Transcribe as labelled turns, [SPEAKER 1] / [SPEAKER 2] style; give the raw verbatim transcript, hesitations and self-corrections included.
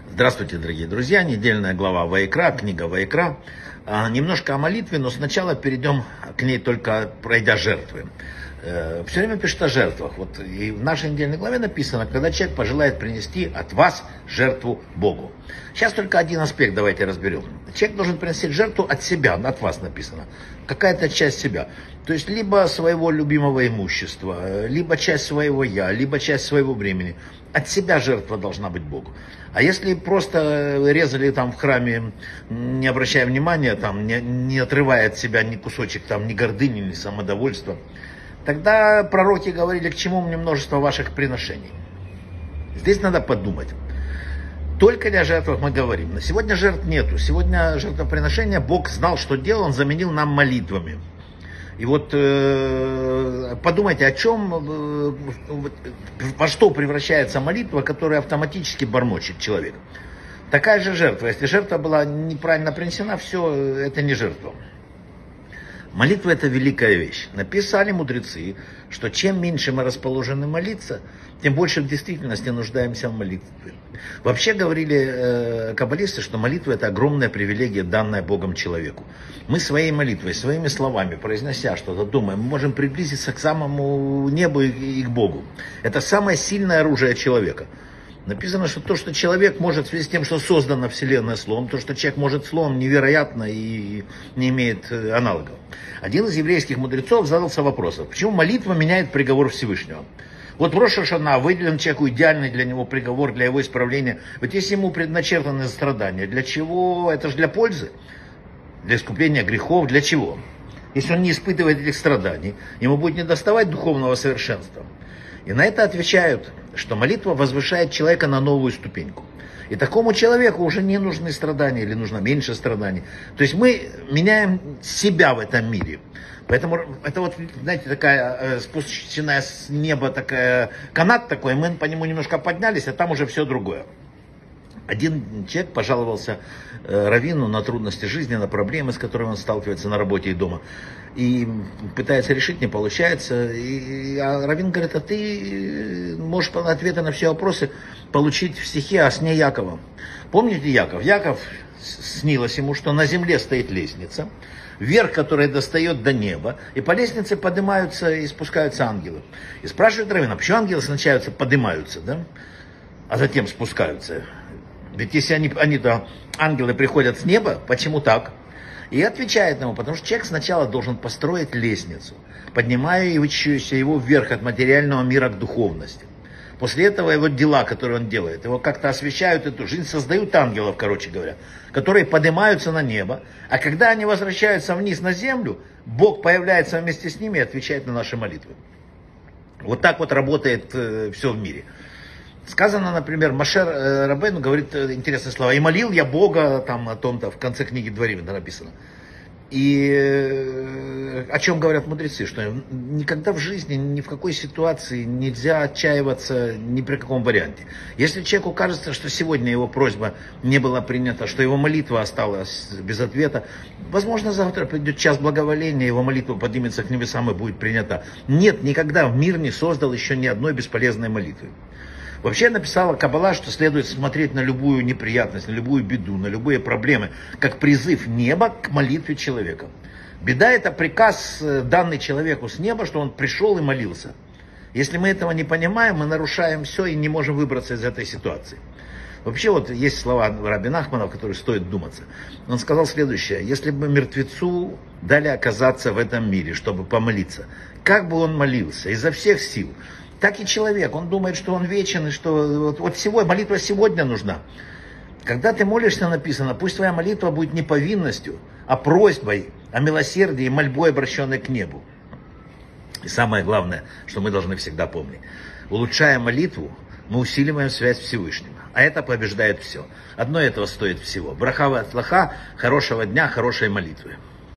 [SPEAKER 1] Здравствуйте, дорогие друзья. Недельная глава Ваикра, книга Ваикра. А, немножко о молитве, но сначала перейдем к ней, только пройдя жертвы. Э, все время пишет о жертвах. Вот и в нашей недельной главе написано, когда человек пожелает принести от вас жертву Богу. Сейчас только один аспект давайте разберем. Человек должен принести жертву от себя, от вас написано. Какая-то часть себя. То есть либо своего любимого имущества, либо часть своего я, либо часть своего времени. От себя жертва должна быть Богу. А если просто резали там в храме, не обращая внимания, там, не, не отрывая от себя ни кусочек, там, ни гордыни, ни самодовольства, тогда пророки говорили, к чему мне множество ваших приношений. Здесь надо подумать. Только ли о жертвах мы говорим? На сегодня жертв нету. Сегодня жертвоприношения Бог знал, что делал, Он заменил нам молитвами. И вот э, подумайте, о чем, э, во что превращается молитва, которая автоматически бормочет человек. Такая же жертва. Если жертва была неправильно принесена, все, это не жертва. Молитва — это великая вещь. Написали мудрецы, что чем меньше мы расположены молиться, тем больше в действительности нуждаемся в молитве. Вообще говорили э, каббалисты, что молитва — это огромная привилегия, данная Богом человеку. Мы своей молитвой, своими словами, произнося что-то, думаем, мы можем приблизиться к самому небу и, и к Богу. Это самое сильное оружие человека. Написано, что то, что человек может, в связи с тем, что создана Вселенная словом, то, что человек может словом, невероятно и не имеет аналогов. Один из еврейских мудрецов задался вопросом, почему молитва меняет приговор Всевышнего? Вот в Рош ха-Шана выделен человеку идеальный для него приговор, для его исправления. Вот если ему предначертаны страдания, для чего? Это же для пользы, для искупления грехов, для чего? Если он не испытывает этих страданий, ему будет недоставать духовного совершенства. И на это отвечают, что молитва возвышает человека на новую ступеньку. И такому человеку уже не нужны страдания или нужно меньше страданий. То есть мы меняем себя в этом мире. Поэтому это вот, знаете, такая спущенная с неба такая, канат такой, мы по нему немножко поднялись, а там уже все другое. Один человек пожаловался раввину на трудности жизни, на проблемы, с которыми он сталкивается на работе и дома. И пытается решить, не получается. И, а раввин говорит, а ты можешь ответы на все вопросы получить в стихе о сне Якова. Помните Яков? Яков, снилось ему, что на земле стоит лестница, вверх, которая достает до неба, и по лестнице поднимаются и спускаются ангелы. И спрашивает раввин, а почему ангелы сначала поднимаются, да? А затем спускаются? Ведь если они, они-то, ангелы приходят с неба, почему так? И отвечает ему, потому что человек сначала должен построить лестницу, поднимающуюся его вверх от материального мира к духовности. После этого его дела, которые он делает, его как-то освещают эту жизнь, создают ангелов, короче говоря, которые поднимаются на небо, а когда они возвращаются вниз на землю, Бог появляется вместе с ними и отвечает на наши молитвы. Вот так вот работает э, все в мире. Сказано, например, Моше Рабейну говорит интересные слова. И молил я Бога, там о том-то, в конце книги Дворим это написано. И о чем говорят мудрецы, что никогда в жизни, ни в какой ситуации нельзя отчаиваться ни при каком варианте. Если человеку кажется, что сегодня его просьба не была принята, что его молитва осталась без ответа, возможно, завтра придет час благоволения, его молитва поднимется к небесам и будет принята. Нет, никогда в мир не создал еще ни одной бесполезной молитвы. Вообще написала Каббала, что следует смотреть на любую неприятность, на любую беду, на любые проблемы, как призыв неба к молитве человека. Беда — это приказ, данный человеку с неба, что он пришел и молился. Если мы этого не понимаем, мы нарушаем все и не можем выбраться из этой ситуации. Вообще вот есть слова Раби Нахмана, в которые стоит думаться. Он сказал следующее: если бы мертвецу дали оказаться в этом мире, чтобы помолиться, как бы он молился изо всех сил, так и человек, он думает, что он вечен, и что вот, вот сегодня, молитва сегодня нужна. Когда ты молишься, написано, пусть твоя молитва будет не повинностью, а просьбой о милосердии и мольбой, обращенной к небу. И самое главное, что мы должны всегда помнить. Улучшая молитву, мы усиливаем связь с Всевышним. А это побеждает все. Одно этого стоит всего. Браха ва ацлаха, хорошего дня, хорошей молитвы.